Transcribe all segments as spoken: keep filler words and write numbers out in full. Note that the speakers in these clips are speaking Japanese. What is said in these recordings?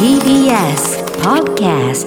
ティービーエス Podcast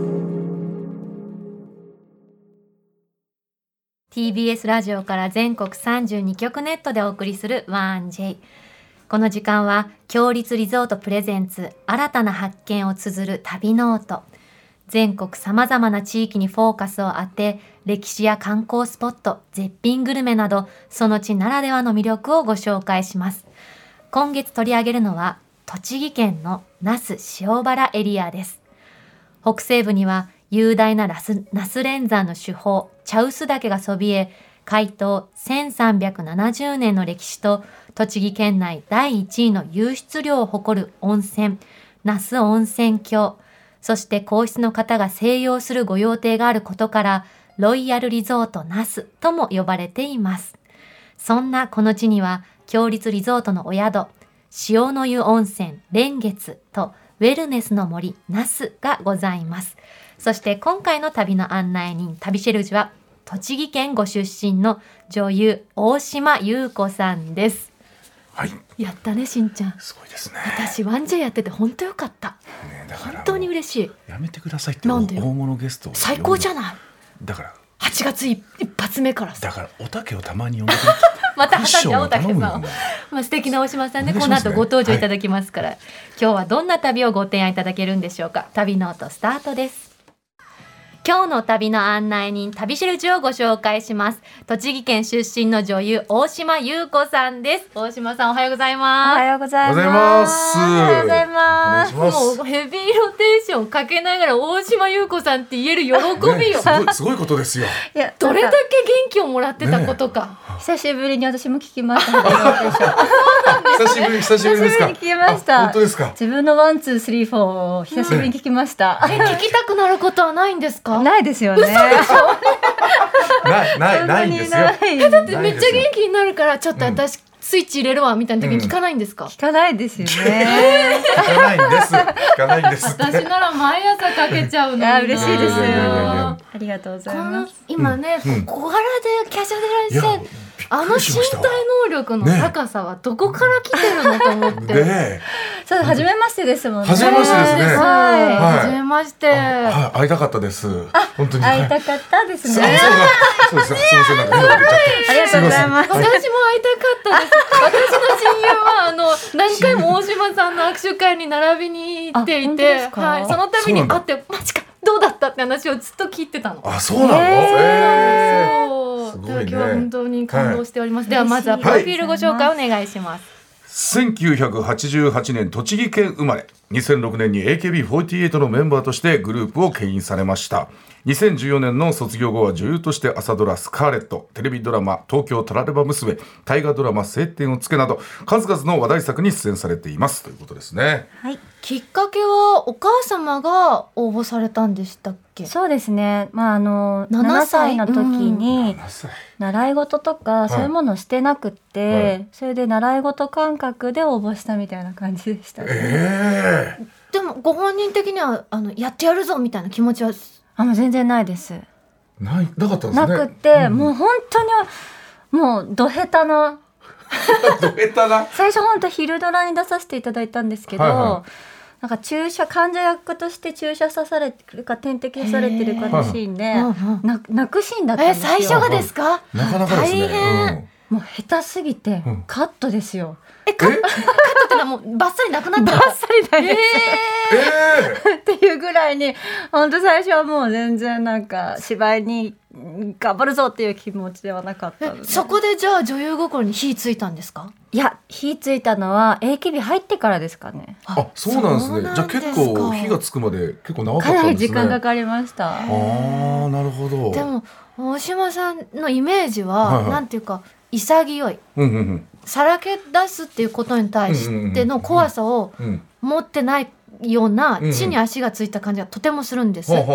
ティービーエス ラジオから全国さんじゅうにきょくネットでお送りする ワンジェイ。 この時間は強立リゾートプレゼンツ新たな発見を綴る旅ノート。全国さまざまな地域にフォーカスを当て、歴史や観光スポット、絶品グルメなどその地ならではの魅力をご紹介します。今月取り上げるのは栃木県の那須塩原エリアです。北西部には雄大な那須連山の主峰茶臼岳がそびえ、開湯せんさんびゃくななじゅうねんの歴史と栃木県内だいいちいの湧出量を誇る温泉那須温泉郷、そして皇室の方が静養する御用邸があることからロイヤルリゾート那須とも呼ばれています。そんなこの地には強立リゾートのお宿塩の湯温泉蓮月とウェルネスの森那須がございます。そして今回の旅の案内人旅シェルジュは栃木県ご出身の女優大島優子さんです。 はい、 やったねしんちゃん、 すごいですね。 私ワンジェイやってて本当よかった、 ね、だから本当に嬉しい。 やめてくださいってなんでよ大物ゲストを最高じゃない。 だからはちがつ一発目からさ、 だからおたけをたまに呼んでくれまたはたちゃんおたけさん、 ままあ、素敵な大島さんね、 お願いしますねこの後ご登場いただきますから、はい、今日はどんな旅をご提案いただけるんでしょうか。旅ノートスタートです。今日の旅の案内人旅シェルジュをご紹介します。栃木県出身の女優大島優子さんです。大島さんおはようございます。 おはようございます。 おはようございます。 おはようございます。 お願いします。 もうヘビーロテーションかけながら大島優子さんって言える喜びよ、 ね、すごいすごいことですよ。 いや、 どれだけ元気をもらってたことか、 ね、 久しぶりに私も聞きましたヘビーロテーション久しぶり久しぶりですか。 久しぶりに聞きました。 本当ですか。 自分のワンツースリーフォーを久しぶりに聞きました、 うん、え聞きたくなることはないんですか。 ないですよね。 ないないないんですよ。 えだってめっちゃ元気になるからちょっと私、うん、スイッチ入れるわみたいな時に聞かないんですか。 うん、聞かないですよね。 聞かないんです。聞かないんです。 私なら毎朝かけちゃうのにな。 嬉しいですよ。 ありがとうございます。 今ね、うん、小柄で華奢でいらっしゃるあの身体能力の高さはどこから来てるのと思って、ね、 そう初めましてですもんね。 初めましてですね。 はい、 はい、 初めまして。 はい、会いたかったです。本当に会いたかったですね。 そうです。すみません、なんか変なこと言っちゃって。 ありがとうございます。 私も会いたかったです。私の親友はあの何回も大島さんの握手会に並びに行っていて、はい、そのために会ってマジかどうだったって話をずっと聞いてたの。 あ、そうなの。 えー、そう。 すごいね、 今日は本当に感動しております。はい、ではまずはプロフィールご紹介お願いします。 せんきゅうひゃくはちじゅうはちねん栃木県生まれ、にせんろくねんに エーケービーフォーティーエイト のメンバーとしてグループを牽引されました。にせんじゅうよねんの卒業後は女優として朝ドラスカーレット、テレビドラマ東京タラレバ娘、大河ドラマ青天を衝けなど数々の話題作に出演されていますということですね。 はい、 きっかけはお母様が応募されたんでしたっけ。 そうですね、まあ、あのななさいの時に習い事とかそういうものをしてなくって、はい、それで習い事感覚で応募したみたいな感じでした、ね。 えー、 でもご本人的にはあのやってやるぞみたいな気持ちはあもう全然ないです。 ない、なかったんですね。 なくって、うん、もう本当にもうど下手など下手な最初本当昼ドラに出させていただいたんですけど、はいはい、なんか注射患者役として注射刺されてるか点滴されてるかのシーンでな泣くシーンだったんですよ。 え最初がですか。 なかなかですね。 大変、 うん、もう下手すぎてカットですよ。 えカットってのはもうバッサリなくなったバッサリないです、 えー、 っていうぐらいに本当最初はもう全然なんか芝居に頑張るぞっていう気持ちではなかったので。 そこでじゃあ女優心に火ついたんですか。 いや火ついたのは エーケービー 入ってからですかね。 あ、そうなんですね。じゃあ結構火がつくまで結構長かったんですね。 かなり時間かかりました。 あー、なるほど。 でも大島さんのイメージは、はいはい、なんていうか潔い、うんうんうん、さらけ出すっていうことに対しての怖さを持ってないような地に足がついた感じがとてもするんです、うんうん、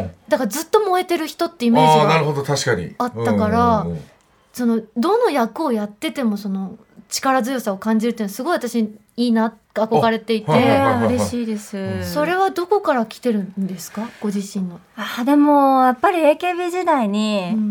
だからずっと燃えてる人ってイメージがあったから、うんうんうん、そのどの役をやっててもその力強さを感じるっていうのはすごい私いいな憧れていて、 嬉しいです。 それはどこから来てるんですかご自身の。 あでもやっぱり エーケービー 時代に、うん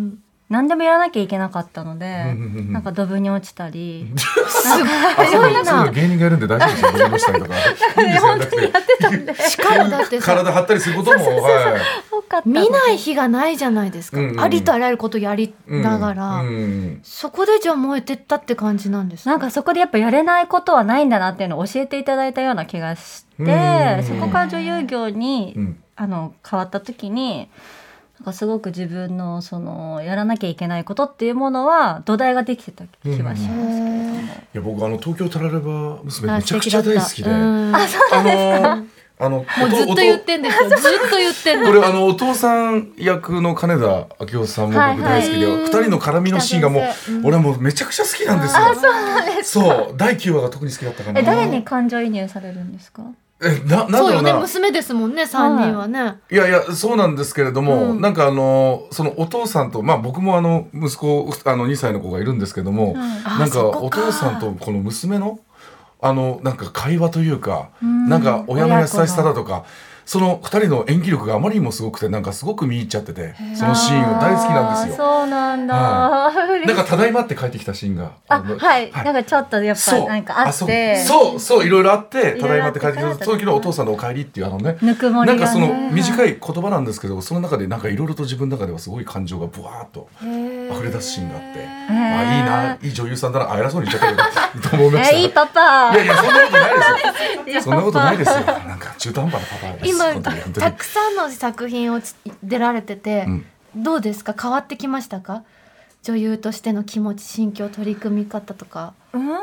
何でもやらなきゃいけなかったので、 うんうんうんなんかドブに落ちたりあ、そういうの芸人がやるんで大丈夫ですよ。ドブに落ちたりとか。いいんですよ。やんなくてしかもだってさ体張ったりすることも、はい。 多かったので見ない日がないじゃないですか、 うんうんありとあらゆることやりながら、 うんうんそこでじゃあ燃えてったって感じなんですか。 なんかそこでやっぱやれないことはないんだなっていうのを教えていただいたような気がして、 うんそこから女優業に、 うんあの変わった時になんかすごく自分のそのやらなきゃいけないことっていうものは土台ができてた気はしますけれども、 いや僕あの東京タラレバ娘あめちゃくちゃ大好きで、 うんあのあのもうずっと言ってんですよずっと言ってんのこれあのお父さん役の金田明夫さんも僕大好きで、 はいはい二人の絡みのシーンがもう、 北先生うん俺もうめちゃくちゃ好きなんですよ。 あ、そうなんですそうだいきゅうわが特に好きだったかな。 え誰に感情移入されるんですか？ えななんだそうよねろうな。 娘ですもんねさんにんはね、 いやいやそうなんですけれども、 うんなんかあのそのお父さんとまあ僕もあの息子あのにさいの子がいるんですけども、 あなんかそこかお父さんとこの娘のあのなんか会話というか、 んなんか親の優しさだとか。そのふたりの演技力があまりにもすごくてなんかすごく見入っちゃっててそのシーンが大好きなんですよ。 あーそうなんだ、 は嬉しいなんかただいまって帰ってきたシーンがあ、 のはい、なんかちょっとやっぱなんかあってそうそうそういろいろあっていたろいろあってだいまって帰ってきたその時のお父さんのお帰りっていうあのねぬくもりがねなんかその短い言葉なんですけどその中でなんかいろいろと自分の中ではすごい感情がブワーッと溢れ出すシーンがあってへーあいいないい女優さんだなあ偉そうに言っちゃったけどと思いました。 えいいパパいやいやそんなことないですよそんなことないですよなんか中途半端なパパです今本当に本当にたくさんの作品をつ出られてて、 うんどうですか変わってきましたか女優としての気持ち心境取り組み方とか。 うーん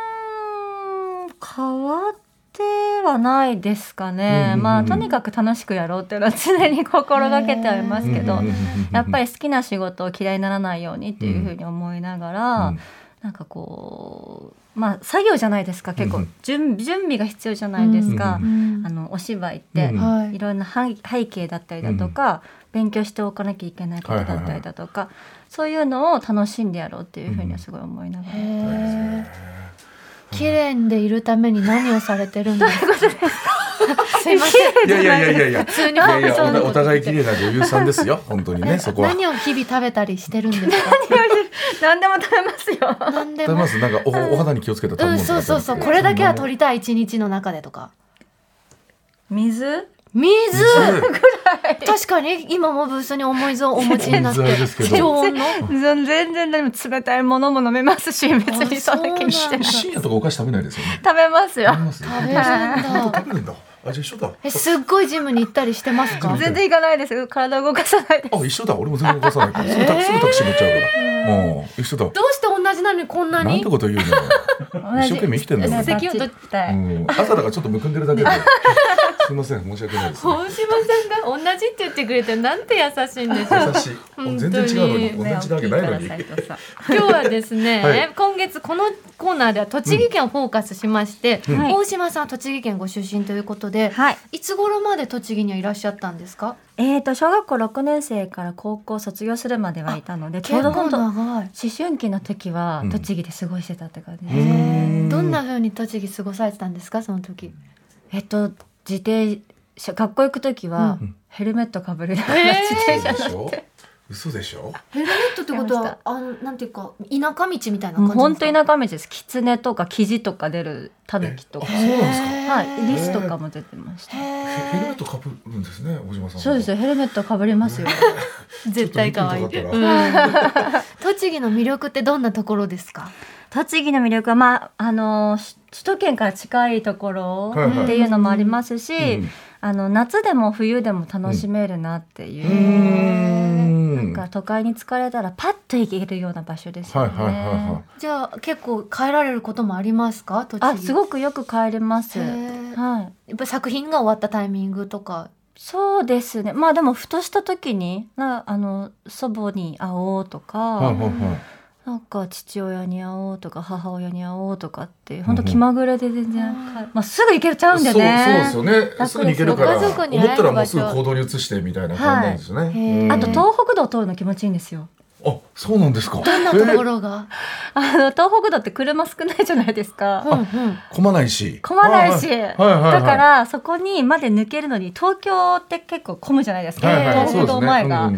変わってはないですかね、 うんうんうんまあとにかく楽しくやろうっていうのは常に心がけてはいますけど、 うんうんうんうんやっぱり好きな仕事を嫌いにならないようにっていうふうに思いながら、 うんなんかこうまあ作業じゃないですか結構うんうん準準備が必要じゃないですか、 うんあのお芝居って、 うんはいいろんな背背景だったりだとか、勉強しておかなきゃいけないことだったりだとか、そういうのを楽しんでやろうっていうふうにはすごい思いながら、 へー綺麗でいるために何をされてるんですかすいませんいやいやいやいやいや普通にいやいやそんなことおお互い綺麗な女優さんですよ本当にねそこは。 何を日々食べたりしてるんですか何でも食べますよ。 食べ何でもますなんかおお肌に気をつけた食べうん物そうそうそうこれだけは取りたい一日の中でとか水水水確かに今もブースに重いぞお持ちになって水あれですけど常温の全然でも冷たいものも飲めますし別にそれだけにしてあそうなんだ深夜とかお菓子食べないですよね。 食べますよ食べます食べるんだ食べるんだ。あじゃあ一緒だ。 えすっごいジムに行ったりしてますか全然行かないです体動かさないであ一緒だ俺も全然動かさないからすぐタすぐタクシー乗っちゃうから。もう一緒だ。 どうして同じなのにこんなになんてこと言うのよ。一生懸命生きてんだもん。 同じバチッたいうん朝だからちょっとむくんでるだけで。すみません申し訳ないです、ね。 大島さんが同じって言ってくれてなんて優しいんでしょう優しい。 本当に全然違うのに同じなわけないのに。 ね大きいから斉藤さん今日はですね、 はい今月このコーナーでは栃木県をフォーカスしまして、 うんはい大島さんは栃木県ご出身ということで、 はいいつ頃まで栃木にはいらっしゃったんですか？ えーと小学校ろくねん生から高校卒業するまではいたのでちょうど本当思長い。 春期の時はうん栃木で過ごしてたって感じです、 うーんどんな風に栃木過ごされてたんですかその時？ えっと自転車学校行く時はうんヘルメットかぶりながらえー自転車嘘でしょ。嘘でしょ。 ヘルメットってことはあのなんていうか田舎道みたいな感じですか？ もう本当に田舎道ですキツネとかキジとか出るタヌキとかあそうなんですか。 へーはいリスとかも出てましたへヘルメットかぶるんですね大島さん。 そうですよヘルメットかぶりますよー絶対可愛い。 ちょっと見てみたかったうん栃木の魅力ってどんなところですか？ 栃木の魅力はまああのし首都圏から近いところはいはいっていうのもありますし、 うんあの夏でも冬でも楽しめるなっていう、 うーんなんか都会に疲れたらパッと行けるような場所ですよね、 はいはいはいはじゃあ結構帰られることもありますか？栃木。 あすごくよく帰れますへーはいやっぱ作品が終わったタイミングとか。 そうですねまあでもふとした時になあの祖母に会おうとか、 はいはいはい。 なんか父親に会おうとか母親に会おうとかって本当気まぐれで全然、 うんまあ、すぐ行けちゃうんでねそうそうですよね。すぐに行けるからご家族に思ったら会える場所もうすぐ行動に移してみたいな感じなんですよね。 はいへーうんあと東北道を通るの気持ちいいんですよあそうなんですか。 どんなところが？ あの東北道って車少ないじゃないですか、 うんうん。 混まないし。 混まないし、 はいはいはいはいだからそこにまで抜けるのに東京って結構混むじゃないですか、 はいはい東北道前が、 そうですね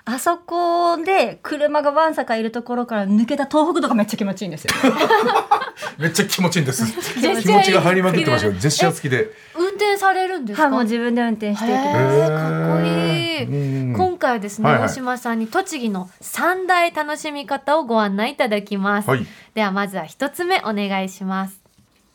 あそこで車がわんさかいるところから抜けた東北とかめっちゃ気持ちいいんですよめっちゃ気持ちいいんです気持ちが入りまくってましたよ。ジェスチャー付きで運転されるんですか？ はい、もう自分で運転していきます。 かっこいい。今回はですね、 はいはい、 大島さんに栃木の三大楽しみ方をご案内いただきます、はい、ではまずは一つ目お願いします。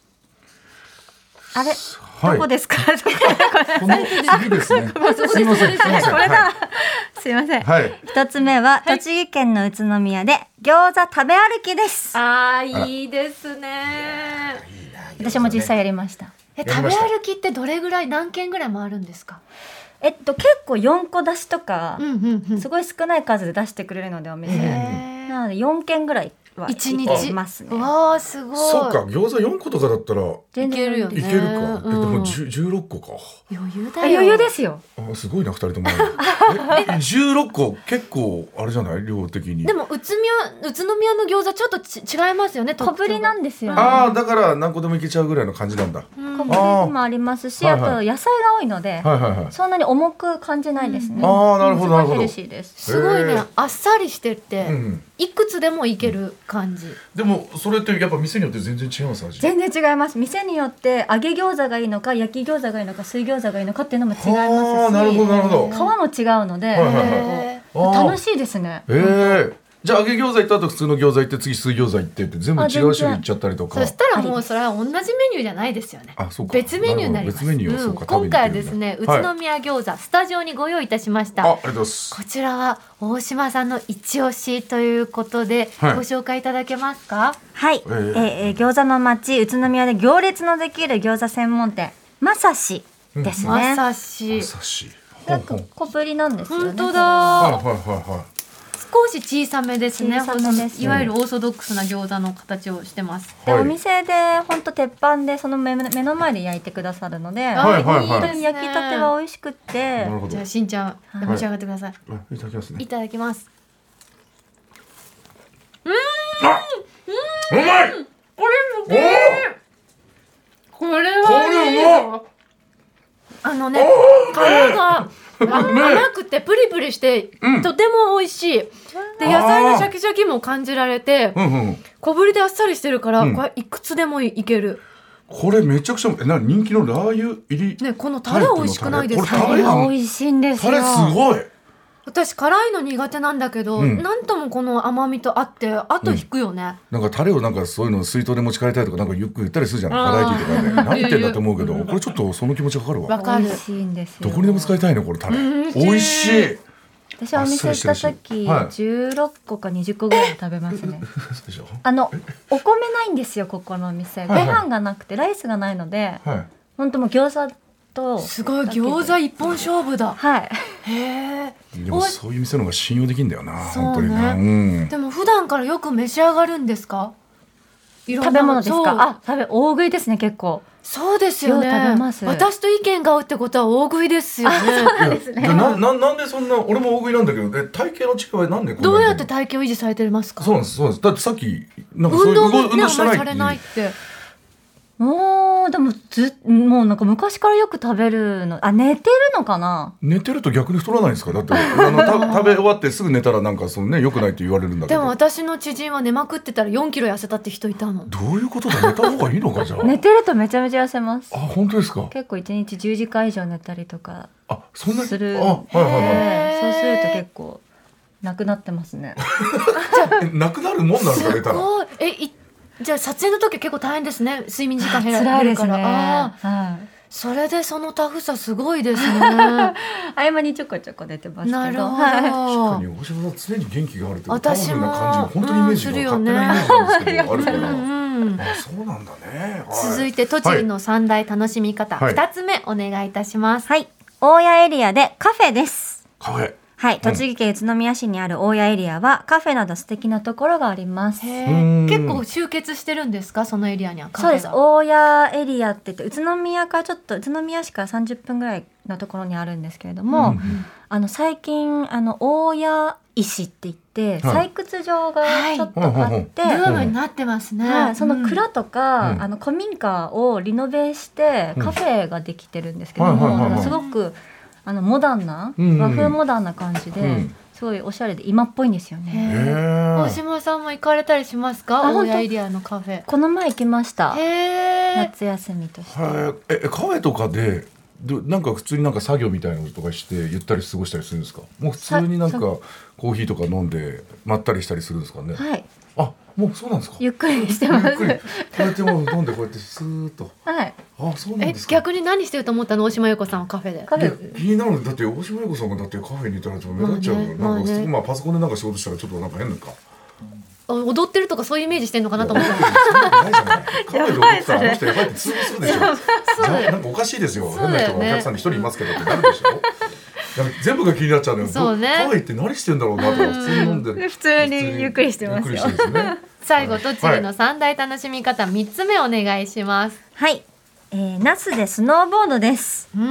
あれ、 はい、 どこですか？ この次ですね。すいません、すいません。 これだ。すいません。はい。一つ目は栃木県の宇都宮で餃子食べ歩きです。 あー、いいですね。 私も実際やりました。 え、食べ歩きってどれぐらい、何軒ぐらい回るんですか？ えっと結構よんこ出しとか、うんうんうん、すごい少ない数で出してくれるのでお店。なのでよんけんぐらい。 一日ますね。 わあ、すごい。 そうか、餃子よんことかだったらいけるよね。 いけるか。うん、えでもじゅうろっこか。 余裕だよ。 余裕ですよ。 あ、すごいな、ふたりとも。えじゅうろっこ結構あれじゃない、量的に。 でも宇都宮宇都宮の餃子ちょっとち違いますよね。 小ぶりなんですよ、ね。 ああ、だから何個でもいけちゃうぐらいの感じなんだ。 うん、小ぶりもありますし、あと野菜が多いので、はいはいはい、そんなに重く感じないですね。 うん、ああ、なるほどなるほど。 ヘルシーです。 すごいね、あっさりしてて、うん、いくつでもいける感じ。 でもそれってやっぱ店によって全然違うんですか？ 全然違います。店によって揚げ餃子がいいのか焼き餃子がいいのか水餃子がいいのかっていうのも違いますし、 なるほどなるほど。 皮も違うので、はいはいはい、楽しいですね。 えー、じゃあ揚げ餃子行った後普通の餃子行って次水餃子行ってって全部違う種類行っちゃったりとか。 そしたらもうそれは同じメニューじゃないですよね。 あ、そうか。 別メニューになります。別メニュー、うん、今回はですね、宇都宮餃子、はい、スタジオにご用意いたしました。 あ、ありがとうございます。 こちらは大島さんの一押しということで、はい、ご紹介いただけますか？ はい、えーえー、餃子の町宇都宮で行列のできる餃子専門店まさしですね。 まさし。 まさし。 小ぶりなんですよね。 本当だ。 はいはいはいはい。 少し小さめですね。いわゆるオーソドックスな餃子の形をしてます。 で、はい、お店で本当鉄板でその 目, 目の前で焼いてくださるので、はいはいはい、本当に焼きたては美味しくって。 じゃあしんちゃん、はい、召し上がってください。 いただきますね。 いただきます。うーん、 うまい。 これもこれはいい。あのね、皮が甘くてプリプリして、うん、とても美味しい。で、野菜のシャキシャキも感じられて、うんうん、小ぶりであっさりしてるから、うん、これいくつでもいける。 これめちゃくちゃえな人気のラー油入り。 ね、このタレ美味しくないですか？ タレが美味しいんですよ。 タレすごい。 私辛いの苦手なんだけど、うん、なんともこの甘みとあって後引くよね、 うん、なんかタレをなんかそういうの水筒で持ち帰りたいとかなんかよく言ったりするじゃん、バラエティーとかで何言ってんだと思うけどこれちょっとその気持ちわかるわ。 わかる。 美味しいんですよ。 どこにでも使いたいねこれタレ。美味しい。 私はお店行った時、はい、じゅうろっこかにじゅっこぐらい食べますねあのお米ないんですよここのお店、はいはい、ご飯がなくてライスがないので、はい、本当もう餃子とすごい餃子一本勝負だ。 はい。 へえ。 でもそういう店の方が信用できるんだよな、 そうね、 本当にな、うん、 でも普段からよく召し上がるんですか？ 食べ物ですか？あ、食べ大食いですね結構。 そうですよね。食べます。私と意見が合うってことは大食いですよね。 そうなんですね。 な, な, なんでそんな俺も大食いなんだけど、え体型の違いはなんでこんなどうやって体型を維持されてますか？ そうなんですそうなんです。だってさっきなんかそういう運動も、ね、 運動してないあんまりされないって。 もうでもずもうなんか昔からよく食べるの。あ、寝てるのかな。 寝てると逆に太らないんですか？だってあのた食べ終わってすぐ寝たらなんかそのね良くないって言われるんだけど。 でも私の知人は寝まくってたらよんキロ痩せたって人いたの。 どういうことだ？寝た方がいいのかじゃあ。 寝てるとめちゃめちゃ痩せます。 あ、本当ですか？ 結構いちにちじゅうじかん以上寝たりとかあ、そんなする。 あ、はいはいはい。 そうすると結構なくなってますね。 なくなるもんなんですか？寝たら。 えいじゃあ撮影の時結構大変ですね。睡眠時間減られるから。あ、はい、それでそのタフさすごいですね。 合間にちょこちょこ出てますけど。 なるほど。 確かに大島さん常に元気があるって私も感じ本当にイメージが、うん、勝手なイメージなんですけどあるから。うん、あ、そうなんだね。 はい、続いて栃木の三大楽しみ方、はい、ふたつめお願いいたします。 はい。大谷エリアでカフェです。 カフェ。 はい、栃木県宇都宮市にある大谷エリアはカフェなど素敵なところがあります。 へー、結構集結してるんですか？そのエリアにはカフェが。 そうです。大谷エリアって言って宇都宮からちょっと宇都宮市からさんじゅっぷんぐらいのところにあるんですけれども、うん、あの最近あの大谷石って言って採掘場がちょっとあって、はい、ブームになってますね。 はい、その蔵とか、うん、あの古民家をリノベしてカフェができてるんですけども、うん、すごくああのモダンな、 うんうん、 和風モダンな感じで、うん、すごいおしゃれで今っぽいんですよね。 大島さんも行かれたりしますか？大谷エリアのカフェ。 この前行きました。 へ夏休みとして。 えカフェとかでなんか普通になんか作業みたいなのとかしてゆったり過ごしたりするんですか？もう普通になんかコーヒーとか飲んでまったりしたりするんですかね？ はい。 あ、もうそうなんですか？ ゆっくりしてます。ゆっくりこうやってもう飲んでこうやってスーッと。 はい。 あ、そうなんですか。 え、逆に何してると思ったの？大島優子さんはカフェで。 カフェ。 気になる。だって大島優子さんがだってカフェにいたらちょっと目立っちゃうの。まあね、なんか、まあね、まあパソコンでなんか仕事したらちょっとなんか変なのか。 踊ってるとかそういうイメージしてんのかなと思った。 カフェで踊ったらあの人やばいって通報するでしょ。なんかおかしいですよ。変な人がお客さんに一人いますけどってなるでしょ。全部が気になっちゃうのよ。そうね。カフェって何してんだろうなとか普通に飲んで。 普通にゆっくりしてますよ。 最後栃木の三大楽しみ方三つ目お願いします。 はい。えー、那須でスノーボードです。 うん、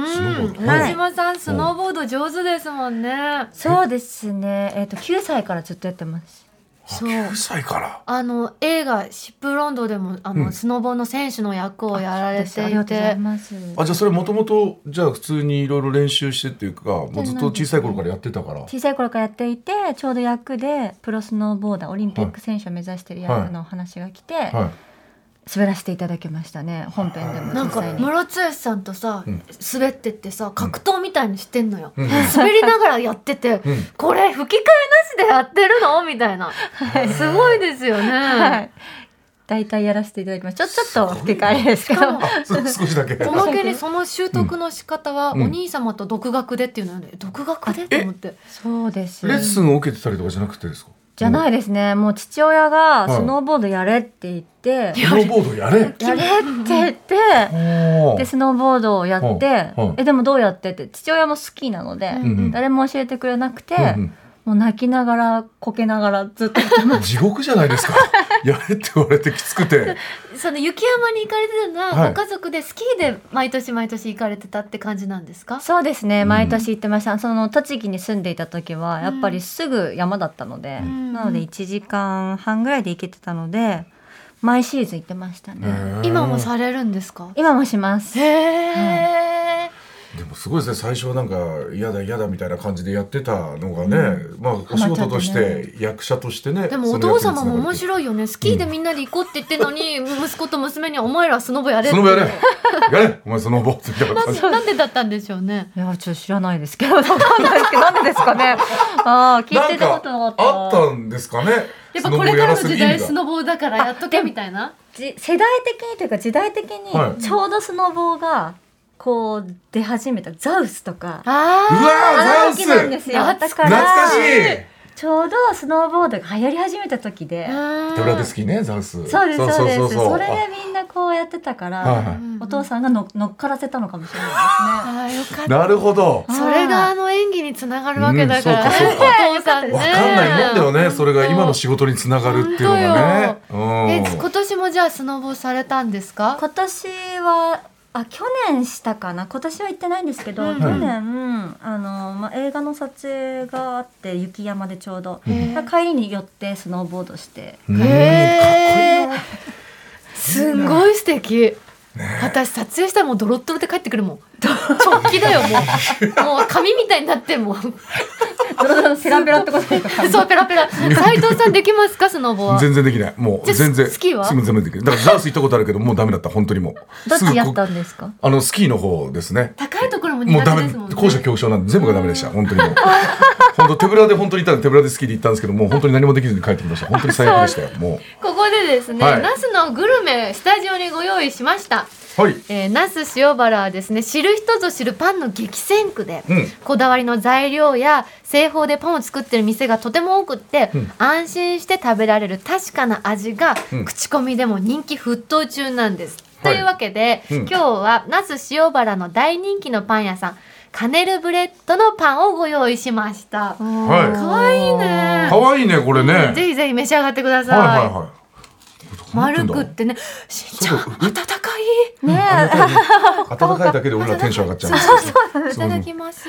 大島さんスノーボード上手ですもんね。 そうですね。えっときゅうさいからずっとやってます。 そうきゅうさいからあの映画シップロンドでもあの、うん、スノボの選手の役をやられていて、ありがとうございます。 あ、じゃあそれもともとじゃあ普通にいろいろ練習してっていうかもうずっと小さい頃からやってたから。 小さい頃からやっていてちょうど役でプロスノーボーダーオリンピック選手を目指している役の話が来て、はいはい、滑らせていただきましたね。本編でもなんかムロツヨシさんとさ、うん、滑ってってさ格闘みたいにしてんのよ、うん、滑りながらやってて、うん、これ吹き替えなしでやってるのみたいな、はい、すごいですよね、はい、 だいたいやらせていただきます。ちょちょっと吹き替えですけど少しだけおまけにその習得の仕方は、うん、お兄様と独学でっていうのは、ね、独学でって思って。 そうですレッスンを受けてたりとかじゃなくてですか？ じゃないですね。もう父親がスノーボードやれって言って、 スノーボードやれやれって言ってでスノーボードをやってえでもどうやってって父親も好きなので、うん、誰も教えてくれなくて、うん、もう泣きながらこけながらずっとやってます。 地獄じゃないですか。やれって言われてきつくてその雪山に行かれてるのは、はい、ご家族でスキーで毎年毎年行かれてたって感じなんですか？ そうですね、毎年行ってました。その栃木に住んでいた時はやっぱりすぐ山だったので、うん、なのでいちじかんはんぐらいで行けてたので毎シーズン行ってましたね。 今もされるんですか？ 今もします。 へー、 はい、でもすごいですね。最初はなんか嫌だ嫌だみたいな感じでやってたのがね、うん、まあお仕事として、ね、役者としてね。 でもお父様も面白いよね。スキーでみんなで行こうって言ってるのに、うん、息子と娘にお前らスノボやれって。 スノボやれやれお前スノボって言ってな, なんでだったんでしょうね。 いやちょっと知らないですけどわかんないですけどなんでですかね。あ聞いてたことなかった。 あったんですかね。 やっぱこれからの時代スノボだからやっとけみたいな。 世代的にというか時代的にちょうどスノボがこう出始めたザウスとか、 あうわザウスなんですよ。だから懐かしい。 ちょうどスノーボードが流行り始めた時で手ぶらでスキーねザウス。 そうですそうです。それでみんなこうやってたから、はいはい、お父さんがの乗っからせたのかもしれないですね。 あよかった。 なるほど。 それがあの演技につながるわけだから、うん、そうかそうかお父さんね。 わかんないもんだよね。それが今の仕事につながるっていうのがね。うん、 え今年もじゃあスノボされたんですか？ 今年はあ去年したかな。今年は行ってないんですけど、うん、去年あの、まあ、映画の撮影があって雪山でちょうど、うん、帰りに寄ってスノーボードして、 うん、へーかっこいいな。すごい素敵。ね、私撮影したらもうドロッドロで帰ってくるもん。直帰だよもう。もう紙みたいになってもうドロドロペラペラってことですか？ そうペラペラ。斉藤さんできますかスノボは？ 全然できない。もう全然。 スキーは？ 全然できない。だからザウス行ったことあるけどもうダメだった本当にもう。 どっちやったんですか？ あのスキーの方ですね。 高いところも苦手ですもんね。 高所恐怖症なんで全部がダメでした本当にもう。本当手ぶらで本当にいたんで手ぶらでスキーで行ったんですけどもう本当に何もできずに帰ってきました。本当に最悪でしたよもう。 ここでですね、はい、那須のグルメスタジオにご用意しました。 はい、 えー、那須塩原はですね知る人ぞ知るパンの激戦区で、うん、こだわりの材料や製法でパンを作ってる店がとても多くって、うん、安心して食べられる確かな味が、うん、口コミでも人気沸騰中なんです、はい、というわけで、うん、今日は那須塩原の大人気のパン屋さんカネルブレッドのパンをご用意しました。はい、かわいいね。 かわいいねこれね、 うん、ぜひぜひ召し上がってください。はいはいはい。丸くってね、しんちゃん温かいね。 温かいだけで俺らテンション上がっちゃう。 そうそうそう。いただきます。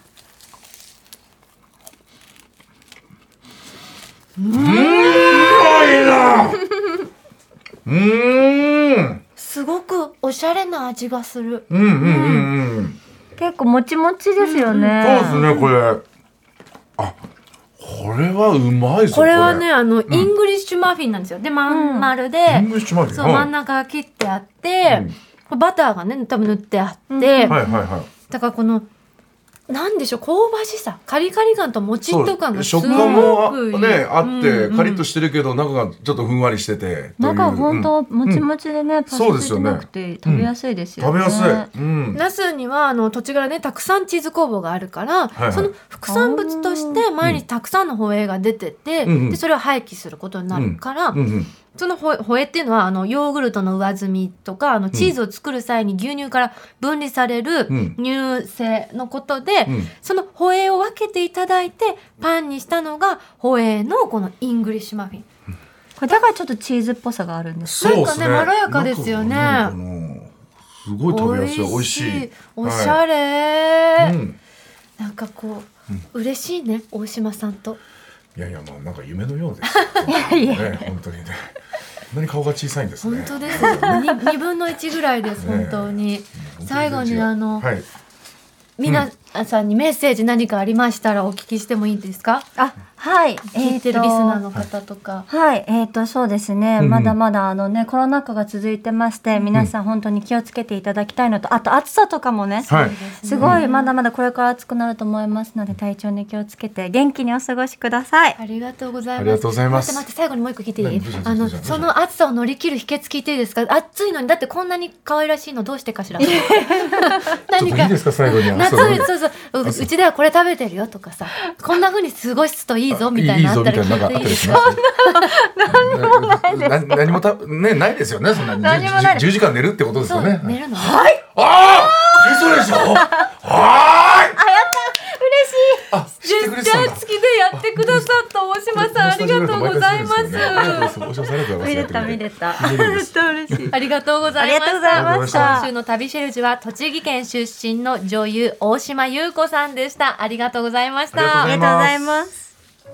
うん、うまいな。うん。 すごくおしゃれな味がする。 うんうんうんうん。 結構もちもちですよね、 そうですねこれ。あ、これはうまいぞ。 これはねあの、うん、イングリッシュマフィンなんですよ。でまん丸で、 イングリッシュマフィン、 そう、真ん中が切ってあって、うん、バターがね多分塗ってあって、うん、はいはいはい、だからこのなんでしょう、香ばしさ、カリカリ感ともちっと感がすごくいい。 食感もねあって、うん、カリッとしてるけど中がちょっとふんわりしてて、 中本当もちもちでね、うん、パサついてなくて食べやすいですよね。 うん、食べやすい。うん、 ナスにはあの土地柄ねたくさんチーズ工房があるから、はいはい、その副産物として毎日たくさんのホエーが出てて、うん、でそれを廃棄することになるから、うんうんうん、そのホエ、ホエっていうのはあのヨーグルトの上澄みとかあのチーズを作る際に牛乳から分離される乳製のことで、うん、そのホエーを分けていただいてパンにしたのがホエーのこのイングリッシュマフィン。 これだからちょっとチーズっぽさがあるんです。 なんかねまろやかですよね。 すごい食べやすい。美味しい。 おしゃれ、はい、うん、なんかこう、うん、嬉しいね大島さんと。 いやいやまあなんか夢のようですいやいや、ね、本当にね。こんなに顔が小さいんですね。 本当です。に, にぶんのいちぐらいです、ね、本当に。最後にあの、はい、皆さんにメッセージ何かありましたらお聞きしてもいいですか？ あ、はい。 聞いてるリスナーの方とか。 はい。えっとそうですね。まだまだあのねコロナ禍が続いてまして、皆さん本当に気をつけていただきたいのと、あと暑さとかもね、はい、すごいまだまだこれから暑くなると思いますので、体調に気をつけて元気にお過ごしください。 ありがとうございます。 ありがとうございます。 待って待って、最後にもう一個聞いていい？あのその暑さを乗り切る秘訣聞いていいですか？暑いのにだってこんなに可愛らしいのどうしてかしら。 何かいいですか最後に。 夏にそうそう。うちではこれ食べてるよとかさ、こんな風に過ごすといいぞみたいなあったら聞いていいですか？ 何もないです。 何もたねないですよね。そんな何もない。じゅうじかん寝るってことですよね。 寝るの？ はい。 ああ、そうでしょ。はーい。 あ、やった。嬉しい。 あ、 絶対付きでやってくださった大島さんありがとうございます。 見れた見れた。 ありがとうございました。今週の旅シェルジュは栃木県出身の女優大島優子さんでした。ありがとうございました。 ありがとうございます。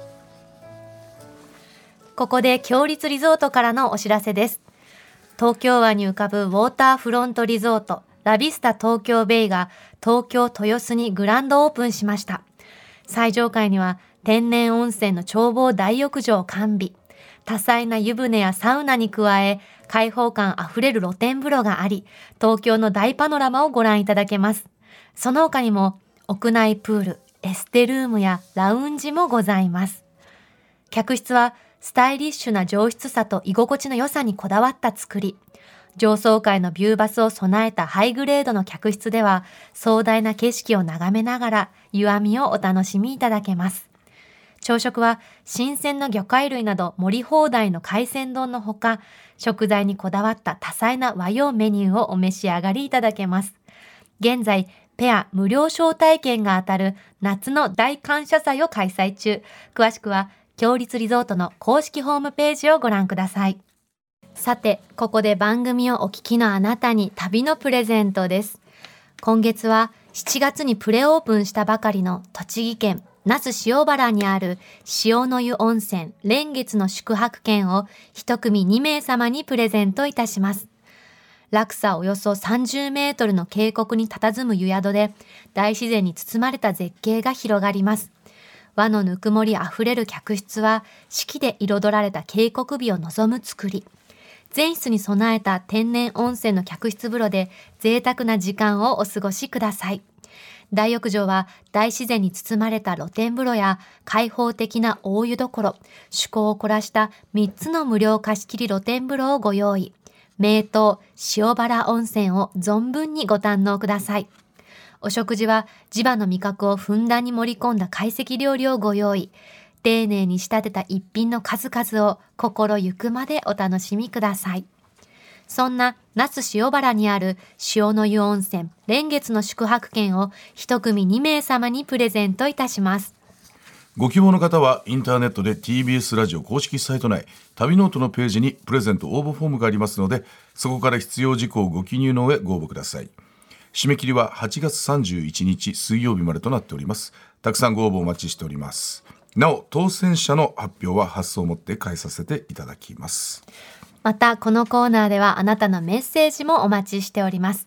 ここで強立リゾートからのお知らせです。東京湾に浮かぶウォーターフロントリゾートラビスタ東京ベイが東京豊洲にグランドオープンしました。最上階には天然温泉の眺望大浴場を完備、多彩な湯船やサウナに加え開放感あふれる露天風呂があり、東京の大パノラマをご覧いただけます。その他にも屋内プール、エステルームやラウンジもございます。客室はスタイリッシュな上質さと居心地の良さにこだわった作り、上層階のビューバスを備えたハイグレードの客室では壮大な景色を眺めながら湯あみをお楽しみいただけます。朝食は新鮮な魚介類など盛り放題の海鮮丼のほか、食材にこだわった多彩な和洋メニューをお召し上がりいただけます。現在ペア無料招待券が当たる夏の大感謝祭を開催中。詳しくは強立リゾートの公式ホームページをご覧ください。さて、ここで番組をお聞きのあなたに旅のプレゼントです。今月はしちがつにプレオープンしたばかりの栃木県那須塩原にある塩の湯温泉蓮月の宿泊券を一組にめいさまにプレゼントいたします。落差およそさんじゅうメートルの渓谷に佇む湯宿で大自然に包まれた絶景が広がります。和のぬくもりあふれる客室は四季で彩られた渓谷美を望む造り。全室に備えた天然温泉の客室風呂で贅沢な時間をお過ごしください。大浴場は大自然に包まれた露天風呂や開放的な大湯どころ、趣向を凝らしたみっつの無料貸し切り露天風呂をご用意。名湯塩原温泉を存分にご堪能ください。お食事は地場の味覚をふんだんに盛り込んだ懐石料理をご用意。丁寧に仕立てた一品の数々を心ゆくまでお楽しみください。そんな那須塩原にある塩の湯温泉蓮月の宿泊券を一組にめいさまにプレゼントいたします。 ご希望の方はインターネットで ティービーエス ラジオ公式サイト内旅ノートのページにプレゼント応募フォームがありますので、そこから必要事項をご記入の上ご応募ください。締め切りははちがつさんじゅういちにち水曜日までとなっております。たくさんご応募お待ちしております。なお当選者の発表は発送をもって返させていただきます。 またこのコーナーではあなたのメッセージもお待ちしております。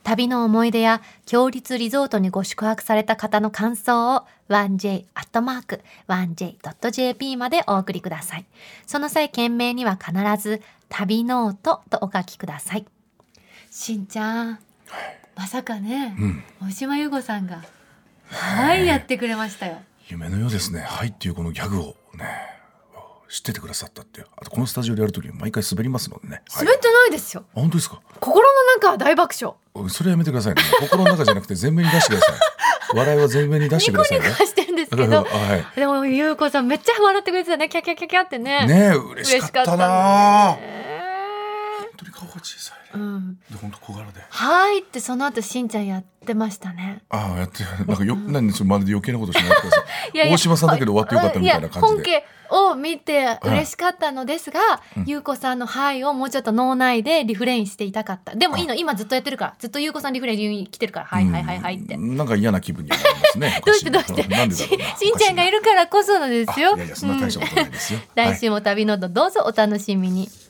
旅の思い出や強立リゾートにご宿泊された方の感想を ワンジェイ アットマーク ワンジェイ ドット ジェーピー までお送りください。その際件名には必ず旅ノートとお書きください。しんちゃん、まさかね、うん、大島優子さんがはいやってくれましたよ。 夢のようですね。はいっていうこのギャグをね知っててくださったっていう。あとこのスタジオでやるときに毎回滑りますのでね。 滑ってないですよ、 はい、本当ですか。 心の中は大爆笑。 それやめてくださいね。心の中じゃなくて全面に出してください。笑いは全面に出してくださいね。 ニコニコしてるんですけど、 はい、 でも優子さんめっちゃ笑ってくれてたね。キャキャキャキャってね。 ねえ嬉しかったな。本当に顔が小さい、ね、うん、で本当小柄ではいってその後しんちゃんやってましたね。 ああやってなんかよ、うん、何それまるで余計なことしないでください。いやいや大島さんだけど終わってよかったみたいな感じで。 本家を見て嬉しかったのですが、はい、優子さんのはいをもうちょっと脳内でリフレインしていたかった。でもいいの、今ずっとやってるからずっと優子さんリフレイン来てるから、はいはいはいはいって。 なんか嫌な気分になりますね。 どうしてどうしてなんでだろうな。しんちゃんがいるからこそなんですよ。 いやいやそんな大したことないですよ。 うん、来週も旅ノートどうぞお楽しみに。